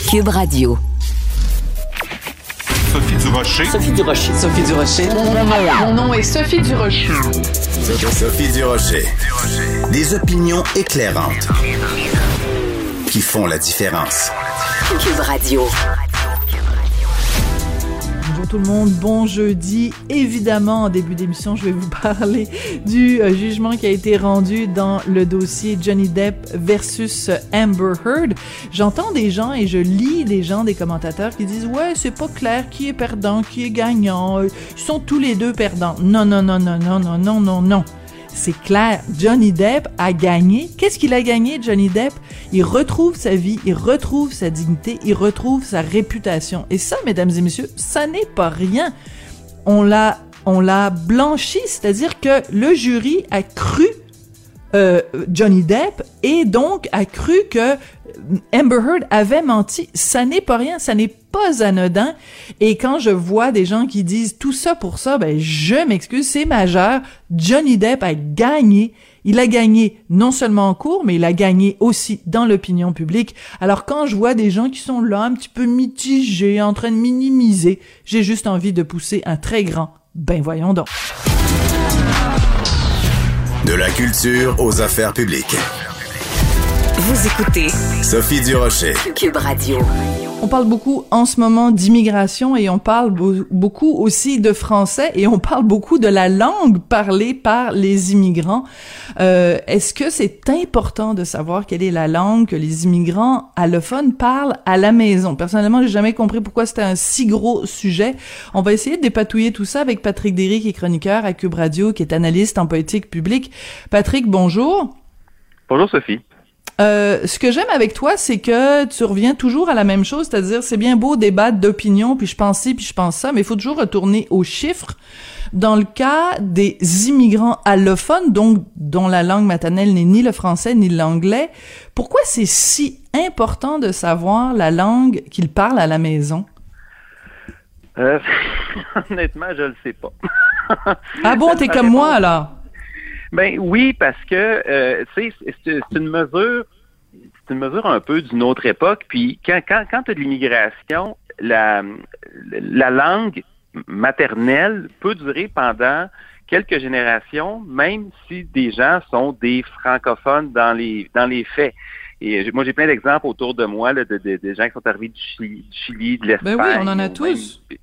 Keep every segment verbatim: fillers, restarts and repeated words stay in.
Cube Radio. Sophie Durocher. Sophie Durocher. Sophie Durocher. Mon nom est Sophie Durocher. Sophie Durocher. Des opinions éclairantes qui font la différence. Cube Radio. Bonjour tout le monde, bon jeudi. Évidemment, en début d'émission, je vais vous parler du euh, jugement qui a été rendu dans le dossier Johnny Depp versus Amber Heard. J'entends des gens et je lis des gens, des commentateurs qui disent « Ouais, c'est pas clair qui est perdant, qui est gagnant. Ils sont tous les deux perdants. » Non, non, non, non, non, non, non, non, non. C'est clair, Johnny Depp a gagné. Qu'est-ce qu'il a gagné, Johnny Depp? Il retrouve sa vie, il retrouve sa dignité, il retrouve sa réputation. Et ça, mesdames et messieurs, ça n'est pas rien. On l'a, on l'a blanchi, c'est-à-dire que le jury a cru euh, Johnny Depp et donc a cru que Amber Heard avait menti. Ça n'est pas rien, ça n'est pas anodin. Et quand je vois des gens qui disent tout ça pour ça, ben je m'excuse, c'est majeur. Johnny Depp a gagné. Il a gagné non seulement en cours, mais il a gagné aussi dans l'opinion publique. Alors quand je vois des gens qui sont là un petit peu mitigés, en train de minimiser, j'ai juste envie de pousser un très grand « ben voyons donc ». De la culture aux affaires publiques. Vous écoutez Sophie Durocher. Cube Radio. On parle beaucoup en ce moment d'immigration et on parle be- beaucoup aussi de français et on parle beaucoup de la langue parlée par les immigrants. Euh, est-ce que c'est important de savoir quelle est la langue que les immigrants allophones parlent à la maison? Personnellement, j'ai jamais compris pourquoi c'était un si gros sujet. On va essayer de dépatouiller tout ça avec Patrick Derry, qui est chroniqueur à Cube Radio, qui est analyste en politique publique. Patrick, bonjour. Bonjour Sophie. Euh, ce que j'aime avec toi, c'est que tu reviens toujours à la même chose, c'est-à-dire c'est bien beau débattre d'opinion, puis je pense ci, puis je pense ça, mais il faut toujours retourner aux chiffres. Dans le cas des immigrants allophones, donc dont la langue maternelle n'est ni le français ni l'anglais, pourquoi c'est si important de savoir la langue qu'ils parlent à la maison? Euh, honnêtement, je le sais pas. Ah bon, t'es comme moi alors? Ben oui, parce que euh, tu sais, c'est, c'est une mesure, c'est une mesure un peu d'une autre époque. Puis quand quand quand tu as de l'immigration, la la langue maternelle peut durer pendant quelques générations, même si des gens sont des francophones dans les dans les faits. Et moi, j'ai plein d'exemples autour de moi là, de, de, de gens qui sont arrivés du Chili, du Chili de l'Espagne. Ben oui, on en a tous. Même,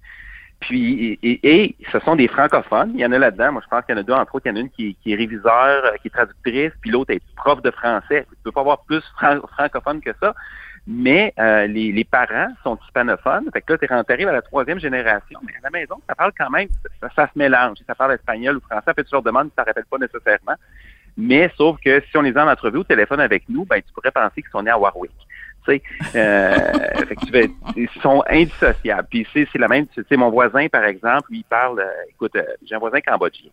Puis, et, et, et ce sont des francophones. Il y en a là-dedans. Moi, je pense qu'il y en a deux, entre autres. Il y en a une qui, qui est réviseur, qui est traductrice, puis l'autre est prof de français. Tu peux pas avoir plus fran- francophone que ça. Mais euh, les, les parents sont hispanophones. Fait que là, tu arrives à la troisième génération. Mais à la maison, ça parle quand même, ça, ça se mélange. Si ça parle espagnol ou français, ça fait toujours demande, ça ne rappelle pas nécessairement. Mais sauf que si on les a en entrevue au téléphone avec nous, ben tu pourrais penser qu'ils sont nés à Warwick. Tu sais, euh, fait que tu vas, ils sont indissociables. Puis c'est, c'est la même, tu sais, mon voisin, par exemple, lui, il parle, euh, écoute, euh, j'ai un voisin cambodgien.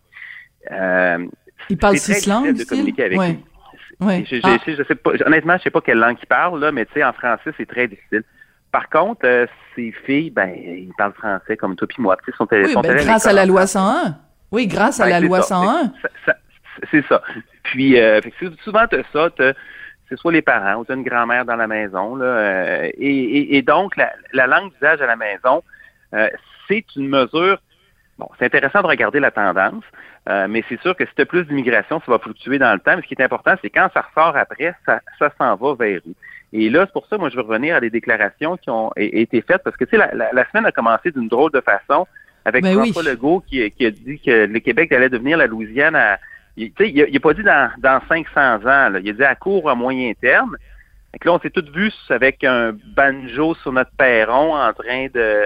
Euh, il parle c'est six très langues, difficile de communiquer avec ouais. lui. Ouais. Je, je, ah. je, je sais pas, honnêtement, je sais pas quelle langue il parle, là, mais tu sais, en français, c'est très difficile. Par contre, euh, ces filles, ben, ils parlent français comme toi puis moi. Tu sais, sont, oui, sont ben, grâce à la loi cent un. Oui, grâce à ben, la loi ça. cent un. C'est, ça, c'est ça. Puis, euh, fait que souvent, tu as ça, t'as, c'est soit les parents ou tu as une grand-mère dans la maison. Là, euh, et, et, et donc, la, la langue d'usage à la maison, euh, c'est une mesure... Bon, c'est intéressant de regarder la tendance, euh, mais c'est sûr que si tu as plus d'immigration, ça va fluctuer dans le temps. Mais ce qui est important, c'est quand ça ressort après, ça, ça s'en va vers où. Et là, c'est pour ça, moi, je veux revenir à des déclarations qui ont été faites, parce que, tu sais, la, la, la semaine a commencé d'une drôle de façon, avec ben François oui. Legault qui, qui a dit que le Québec allait devenir la Louisiane à... Tu sais, il n'a pas dit dans, dans cinq cents ans, là. Il a dit à court, à moyen terme. Donc là, on s'est tous vus avec un banjo sur notre perron en train de...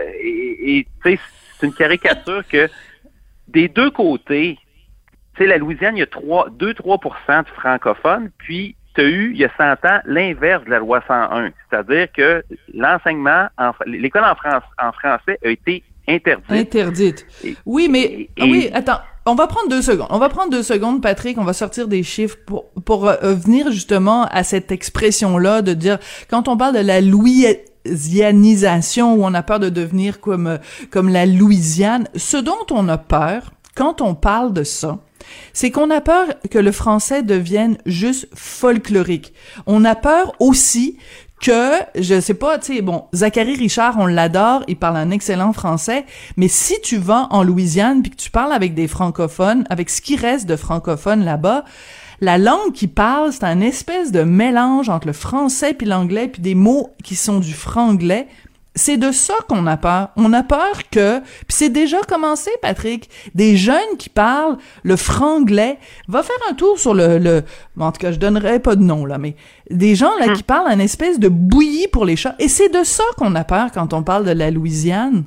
Et, et tu sais, c'est une caricature que des deux côtés, tu sais, la Louisiane, il y a trois, deux à trois pour cent de francophones, puis tu as eu, il y a cent ans, l'inverse de la loi cent un. C'est-à-dire que l'enseignement, en, l'école en, France, en français a été interdite. Interdite. Et, oui, mais... Et, ah oui, attends. On va prendre deux secondes. On va prendre deux secondes, Patrick. On va sortir des chiffres pour pour euh, venir justement à cette expression-là de dire, quand on parle de la louisianisation, où on a peur de devenir comme comme la Louisiane, ce dont on a peur quand on parle de ça, c'est qu'on a peur que le français devienne juste folklorique. On a peur aussi que, je sais pas, tu sais, bon, Zachary Richard, on l'adore, il parle un excellent français, mais si tu vas en Louisiane puis que tu parles avec des francophones, avec ce qui reste de francophones là-bas, la langue qu'ils parlent, c'est un espèce de mélange entre le français puis l'anglais puis des mots qui sont du franglais. C'est de ça qu'on a peur. On a peur que, puis c'est déjà commencé, Patrick, des jeunes qui parlent le franglais. Va faire un tour sur le, le, en tout cas, je donnerai pas de nom, là, mais des gens, là, hum. qui parlent un espèce de bouillie pour les chats. Et c'est de ça qu'on a peur quand on parle de la Louisiane.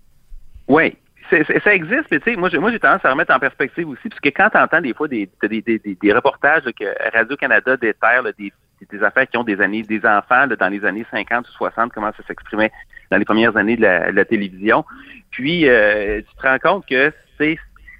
Oui. C'est, c'est, ça existe, mais tu sais, moi, j'ai, moi, j'ai tendance à remettre en perspective aussi, parce que quand tu entends des fois des, des, des, des, des reportages là, que Radio-Canada déterre là, des, des affaires qui ont des années, des enfants là, dans les années cinquante ou soixante, comment ça s'exprimait dans les premières années de la, de la télévision, puis euh, tu te rends compte que c'est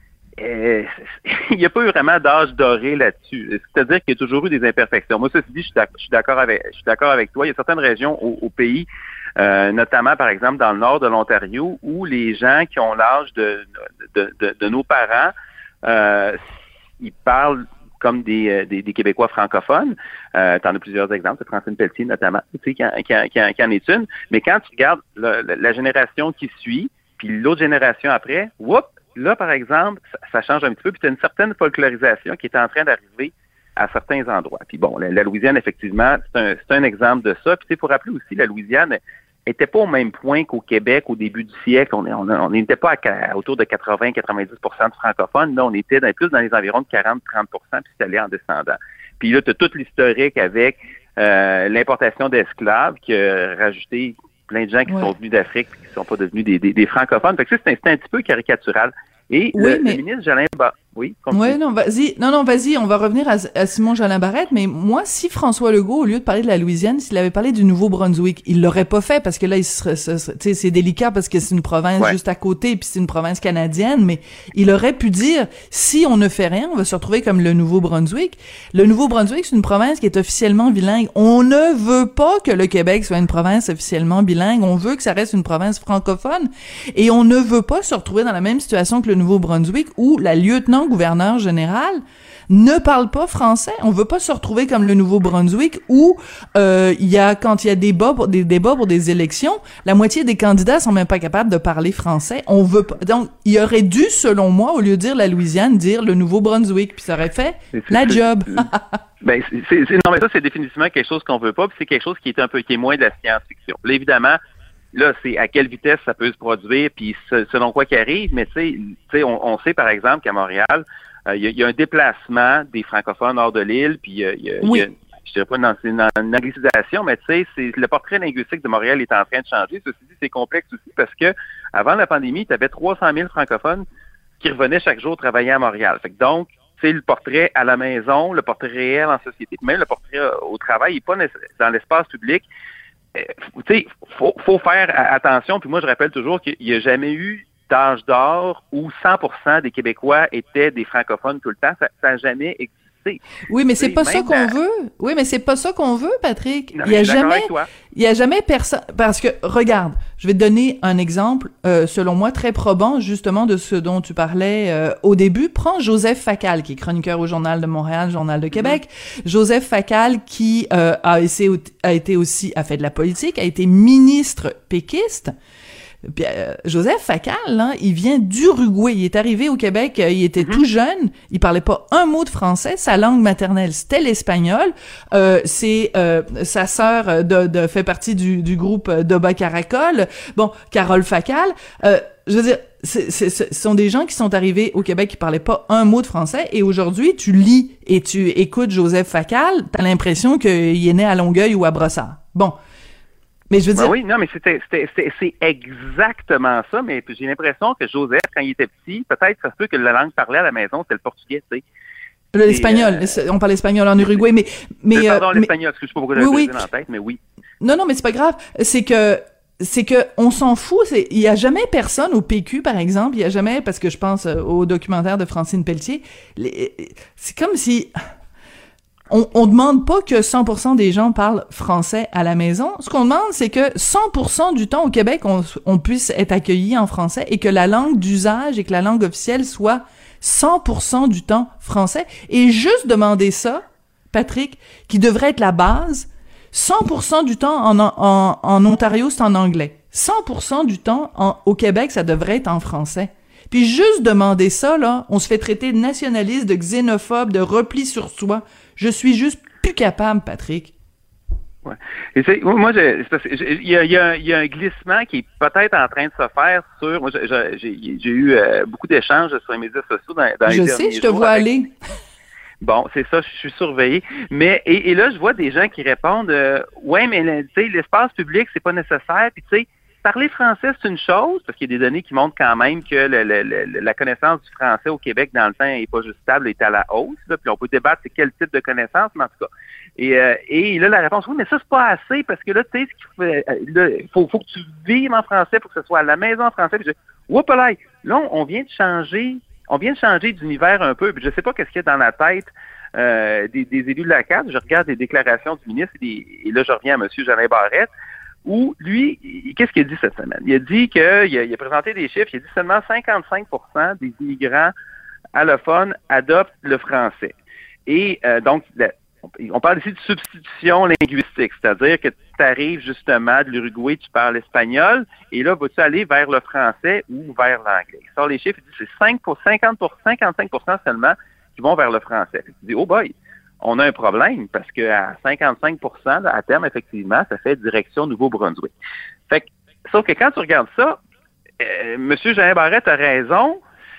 euh, il n'y a pas eu vraiment d'âge doré là-dessus. C'est-à-dire qu'il y a toujours eu des imperfections. Moi, ceci dit, je suis d'accord, je suis d'accord avec, je suis d'accord avec toi. Il y a certaines régions au, au pays, Euh, notamment, par exemple, dans le nord de l'Ontario, où les gens qui ont l'âge de, de, de, de nos parents, euh, ils parlent comme des, des, des Québécois francophones. Euh, tu en as plusieurs exemples, c'est Francine Pelletier notamment, tu sais, qui en, qui, en, qui, en, qui en est une. Mais quand tu regardes la, la, la génération qui suit, puis l'autre génération après, whoop, là, par exemple, ça, ça change un petit peu, puis tu as une certaine folklorisation qui est en train d'arriver à certains endroits. Puis bon, la, la Louisiane, effectivement, c'est un, c'est un exemple de ça. Puis tu sais, pour rappeler aussi, la Louisiane était pas au même point qu'au Québec au début du siècle. On n'était pas à, à autour de quatre-vingts à quatre-vingt-dix pour cent de francophones. Là, on était dans, plus dans les environs de quarante à trente pour cent, puis c'est allé en descendant. Puis là, tu as tout l'historique avec euh, l'importation d'esclaves qui a rajouté plein de gens qui ouais. sont venus d'Afrique et qui ne sont pas devenus des, des, des francophones. Fait que c'est un, c'est un petit peu caricatural. Et oui, le, mais... le ministre Jolin Barrette, oui, oui, non, vas-y, non, non, vas-y, on va revenir à, à Simon Jolin Barrette, mais moi, si François Legault, au lieu de parler de la Louisiane, s'il avait parlé du Nouveau-Brunswick, il l'aurait pas fait parce que là, il serait, tu sais, c'est délicat parce que c'est une province ouais. juste à côté et puis c'est une province canadienne, mais il aurait pu dire, si on ne fait rien, on va se retrouver comme le Nouveau-Brunswick. Le Nouveau-Brunswick, c'est une province qui est officiellement bilingue. On ne veut pas que le Québec soit une province officiellement bilingue. On veut que ça reste une province francophone et on ne veut pas se retrouver dans la même situation que le Nouveau-Brunswick où la lieutenant-gouverneur générale ne parle pas français. On veut pas se retrouver comme le Nouveau-Brunswick où euh, il y a quand il y a des débats pour des débats pour des élections, la moitié des candidats sont même pas capables de parler français. On veut pas. Donc il aurait dû, selon moi, au lieu de dire la Louisiane, dire le Nouveau-Brunswick, puis ça aurait fait la job. Ben c'est, c'est, c'est non mais ça c'est définitivement quelque chose qu'on veut pas, puis c'est quelque chose qui est un peu qui est moins de la science-fiction. Là, évidemment. Là, c'est à quelle vitesse ça peut se produire, puis selon quoi qu'il arrive. Mais tu sais, on, on sait par exemple qu'à Montréal, il euh, y, y a un déplacement des francophones hors de l'île, puis il y a, y a, oui. y a, je dirais pas dans une, une anglicisation, mais tu sais, c'est le portrait linguistique de Montréal est en train de changer. Ceci dit, c'est complexe aussi parce que avant la pandémie, tu avais trois cent mille francophones qui revenaient chaque jour travailler à Montréal. Fait que donc, tu sais, le portrait à la maison, le portrait réel en société, même le portrait au travail, il n'est pas dans l'espace public. Tu sais, faut, faut faire attention. Puis moi, je rappelle toujours qu'il n'y a jamais eu d'âge d'or où cent pour cent des Québécois étaient des francophones tout le temps. Ça n'a jamais existé. Oui, mais c'est pas ça qu'on veut. Oui, mais c'est pas ça qu'on veut, Patrick. Non, il y a je suis jamais, avec toi. il y a jamais personne. Parce que regarde, je vais te donner un exemple, euh, selon moi très probant justement de ce dont tu parlais euh, au début. Prends Joseph Facal, qui est chroniqueur au Journal de Montréal, Journal de Québec. Mm-hmm. Joseph Facal, qui euh, a, essayé, a été aussi a fait de la politique, a été ministre péquiste. Puis, euh, Joseph Facal, là, il vient d'Uruguay. Il est arrivé au Québec, euh, il était mm-hmm. tout jeune, il parlait pas un mot de français, sa langue maternelle, c'était l'espagnol. Euh, c'est euh, sa sœur de, de fait partie du, du groupe d'Oba Caracol. Bon, Carole Facal. Euh, je veux dire, c'est, c'est, ce sont des gens qui sont arrivés au Québec qui parlaient pas un mot de français, et aujourd'hui, tu lis et tu écoutes Joseph Facal, t'as l'impression qu'il est né à Longueuil ou à Brossard. Bon. Mais je veux dire... Ben oui, non, mais c'était, c'était, c'était, c'est exactement ça, mais j'ai l'impression que Joseph, quand il était petit, peut-être ça se peut que la langue parlait à la maison, c'était le portugais, tu sais. L'espagnol, euh... on parle espagnol en Uruguay, mais... mais Pardon, euh, l'espagnol, parce que je sais pas pourquoi j'avais oui, oui. dans la tête, mais oui. Non, non, mais c'est pas grave, c'est que... c'est que on s'en fout, c'est il y a jamais personne au P Q par exemple, il y a jamais, parce que je pense au documentaire de Francine Pelletier, les, c'est comme si... On, on demande pas que cent pour cent des gens parlent français à la maison. Ce qu'on demande, c'est que cent pour cent du temps au Québec, on, on puisse être accueilli en français et que la langue d'usage et que la langue officielle soit cent pour cent du temps français. Et juste demander ça, Patrick, qui devrait être la base, cent pour cent du temps en, en, en Ontario, c'est en anglais. cent pour cent du temps en, au Québec, ça devrait être en français. Puis juste demander ça, là, on se fait traiter de nationaliste, de xénophobe, de repli sur soi. Je suis juste plus capable, Patrick. Ouais. Et c'est, moi, il y a, y, a, y a un glissement qui est peut-être en train de se faire sur. Moi, j'ai, j'ai, j'ai eu euh, beaucoup d'échanges sur les médias sociaux dans, dans les je derniers sais, je te jours vois avec... aller. Bon, c'est ça, je suis surveillé. Mais et, et là, je vois des gens qui répondent euh, ouais, mais tu sais, l'espace public, c'est pas nécessaire. Puis tu sais, parler français, c'est une chose, parce qu'il y a des données qui montrent quand même que le, le, le, la connaissance du français au Québec, dans le temps, n'est pas juste stable, est à la hausse. Là, puis on peut débattre c'est quel type de connaissance, mais en tout cas. Et, euh, et là, la réponse, oui, mais ça, c'est pas assez, parce que là, tu sais, il faut, faut que tu vives en français pour que ce soit à la maison en français. Puis je, Oups, là, là, on vient de changer, on vient de changer d'univers un peu. Puis je sais pas qu'est-ce qu'il y a dans la tête euh, des, des élus de la C A Q. Je regarde les déclarations du ministre, et, des, et là, je reviens à M. Jeanin Barrette, où lui, qu'est-ce qu'il a dit cette semaine? Il a dit qu'il a, il a présenté des chiffres, il a dit seulement cinquante-cinq pour cent des immigrants allophones adoptent le français. Et euh, donc, la, on parle ici de substitution linguistique, c'est-à-dire que tu arrives justement de l'Uruguay, tu parles espagnol, et là, vas-tu aller vers le français ou vers l'anglais? Il sort les chiffres, il dit c'est cinq pour cinquante pour cent, cinquante-cinq pour cent seulement qui vont vers le français. Tu dis, oh boy, on a un problème, parce qu'à cinquante-cinq pour cent, là, à terme, effectivement, ça fait direction Nouveau-Brunswick. Fait que, sauf que quand tu regardes ça, euh, M. Jeanin Barrette a raison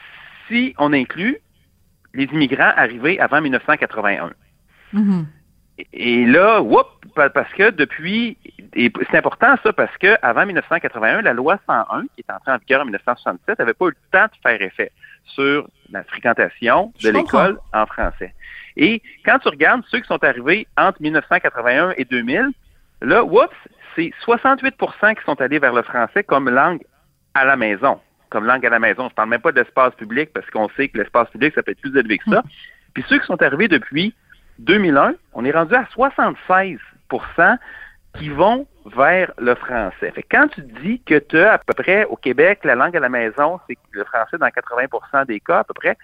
si on inclut les immigrants arrivés avant dix-neuf cent quatre-vingt-un. Mm-hmm. Et là, whoop, parce que depuis, et c'est important ça, parce que avant dix-neuf cent quatre-vingt-un, la loi cent un, qui est entrée en vigueur en dix-neuf cent soixante-sept, n'avait pas eu le temps de faire effet sur la fréquentation de Je l'école comprends. En français. Et quand tu regardes ceux qui sont arrivés entre dix-neuf cent quatre-vingt-un et deux mille, là, whoops, c'est soixante-huit pour cent qui sont allés vers le français comme langue à la maison. Comme langue à la maison. Je parle même pas de l'espace public, parce qu'on sait que l'espace public, ça peut être plus élevé que ça. Mmh. Puis ceux qui sont arrivés depuis deux mille un, on est rendu à soixante-seize pour cent qui vont vers le français. Fait que quand tu dis que tu as à peu près au Québec, la langue à la maison, c'est le français dans quatre-vingts pour cent des cas à peu près,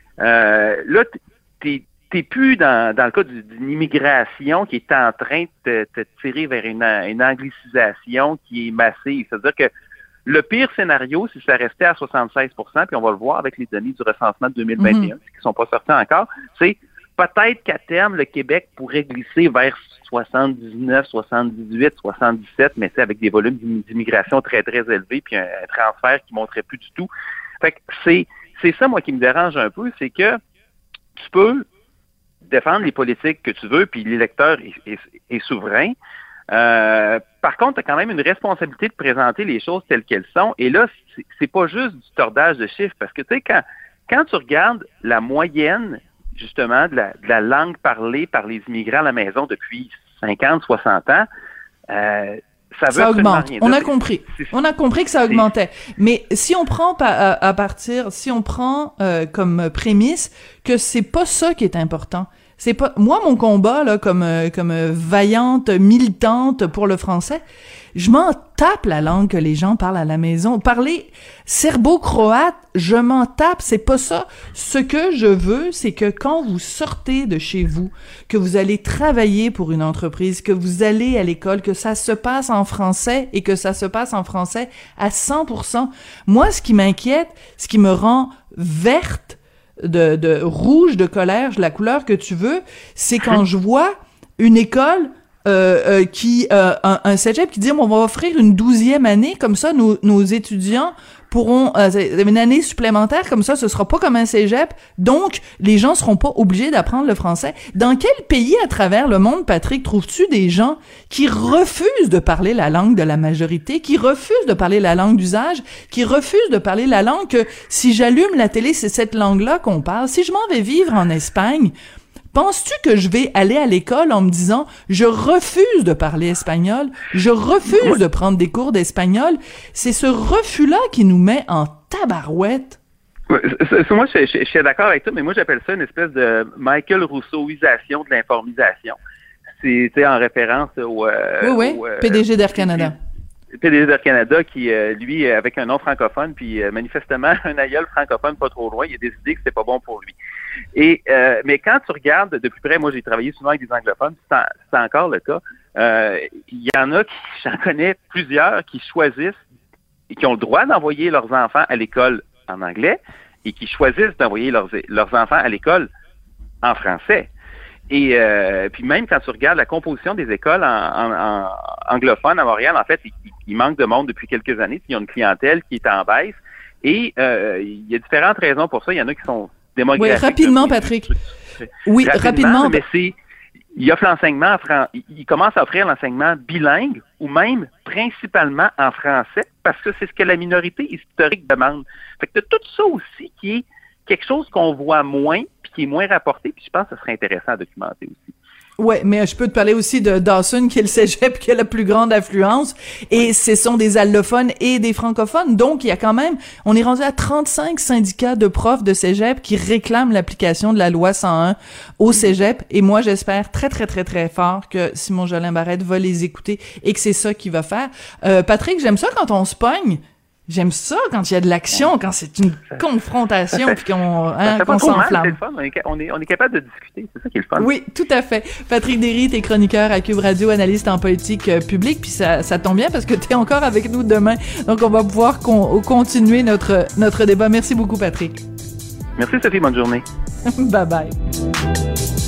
euh, là, t'es T'es plus dans, dans le cas d'une immigration qui est en train de te tirer vers une, une anglicisation qui est massive. C'est-à-dire que le pire scénario, si ça restait à soixante-seize pour cent, puis on va le voir avec les données du recensement de deux mille vingt et un, mm-hmm. qui ne sont pas sorties encore, c'est peut-être qu'à terme, le Québec pourrait glisser vers soixante-dix-neuf, soixante-dix-huit, soixante-dix-sept, mais c'est avec des volumes d'immigration très, très élevés, puis un, un transfert qui ne montrait plus du tout. Fait que c'est, c'est ça, moi, qui me dérange un peu, c'est que tu peux défendre les politiques que tu veux, puis l'électeur est, est, est souverain. Euh, par contre, tu as quand même une responsabilité de présenter les choses telles qu'elles sont. Et là, c'est, c'est pas juste du tordage de chiffres, parce que tu sais, quand, quand tu regardes la moyenne, justement, de la, de la langue parlée par les immigrants à la maison depuis cinquante, soixante ans, euh, ça, ça augmente. On a compris. C'est, on a compris que ça augmentait. Mais si on prend à, à partir, si on prend euh, comme prémisse que c'est pas ça qui est important. C'est pas moi mon combat là comme euh, comme euh, vaillante militante pour le français. Je m'en tape la langue que les gens parlent à la maison. Parler serbo-croate, je m'en tape, c'est pas ça. Ce que je veux, c'est que quand vous sortez de chez vous, que vous allez travailler pour une entreprise, que vous allez à l'école, que ça se passe en français et que ça se passe en français à cent pour cent. Moi, ce qui m'inquiète, ce qui me rend verte, de, de rouge, de colère, la couleur que tu veux, c'est quand je vois une école euh, euh, qui, euh, un, un cégep qui dit on va offrir une douzième année, comme ça nos, nos étudiants pourront, euh, une année supplémentaire, comme ça ce sera pas comme un cégep, donc les gens seront pas obligés d'apprendre le français. Dans quel pays à travers le monde, Patrick, trouves-tu des gens qui refusent de parler la langue de la majorité, qui refusent de parler la langue d'usage, qui refusent de parler la langue que si j'allume la télé, c'est cette langue-là qu'on parle. Si je m'en vais vivre en Espagne, penses-tu que je vais aller à l'école en me disant « Je refuse de parler espagnol, je refuse de prendre des cours d'espagnol ». C'est ce refus-là qui nous met en tabarouette. Ouais, c'est, c'est, moi, je, je, je suis d'accord avec toi, mais moi, j'appelle ça une espèce de Michael Rousseauisation de l'informisation. C'est en référence au... Euh, oui, oui, au, euh, P D G d'Air Canada. P D G d'Air Canada qui, euh, lui, avec un nom francophone, puis euh, manifestement, un aïeul francophone pas trop loin, il a décidé que c'était pas bon pour lui. Et euh, mais quand tu regardes de plus près, moi j'ai travaillé souvent avec des anglophones, c'est, en, c'est encore le cas, euh, il y en a, qui, j'en connais plusieurs, qui choisissent et qui ont le droit d'envoyer leurs enfants à l'école en anglais et qui choisissent d'envoyer leurs, leurs enfants à l'école en français. Et euh, puis même quand tu regardes la composition des écoles en, en, en anglophones à Montréal, en fait, il, il manque de monde depuis quelques années. Il y a une clientèle qui est en baisse. Et euh, il y a différentes raisons pour ça. Il y en a qui sont démographiques. Oui, rapidement, Patrick. Oui, rapidement. rapidement mais c'est, il offre l'enseignement en fran- il commence à offrir l'enseignement bilingue ou même principalement en français parce que c'est ce que la minorité historique demande. Fait que t'as tout ça aussi qui est quelque chose qu'on voit moins puis qui est moins rapporté, puis je pense que ce serait intéressant à documenter aussi. Ouais, mais je peux te parler aussi de Dawson, qui est le cégep qui a la plus grande affluence, et ce sont des allophones et des francophones, donc il y a quand même, on est rendu à trente-cinq syndicats de profs de cégep qui réclament l'application de la loi cent un au cégep, et moi j'espère très très très très fort que Simon Jolin Barrette va les écouter et que c'est ça qu'il va faire. Euh, Patrick, j'aime ça quand on se pogne. J'aime ça quand il y a de l'action, quand c'est une confrontation, puis qu'on, hein, qu'on s'enflamme. C'est le fun, on est, on, est, on est capable de discuter, c'est ça qui est le fun. Oui, tout à fait. Patrick Derry, t'es chroniqueur à Cube Radio, analyste en politique euh, publique, puis ça, ça tombe bien parce que t'es encore avec nous demain, donc on va pouvoir con- continuer notre, notre débat. Merci beaucoup, Patrick. Merci, Sophie, bonne journée. Bye bye.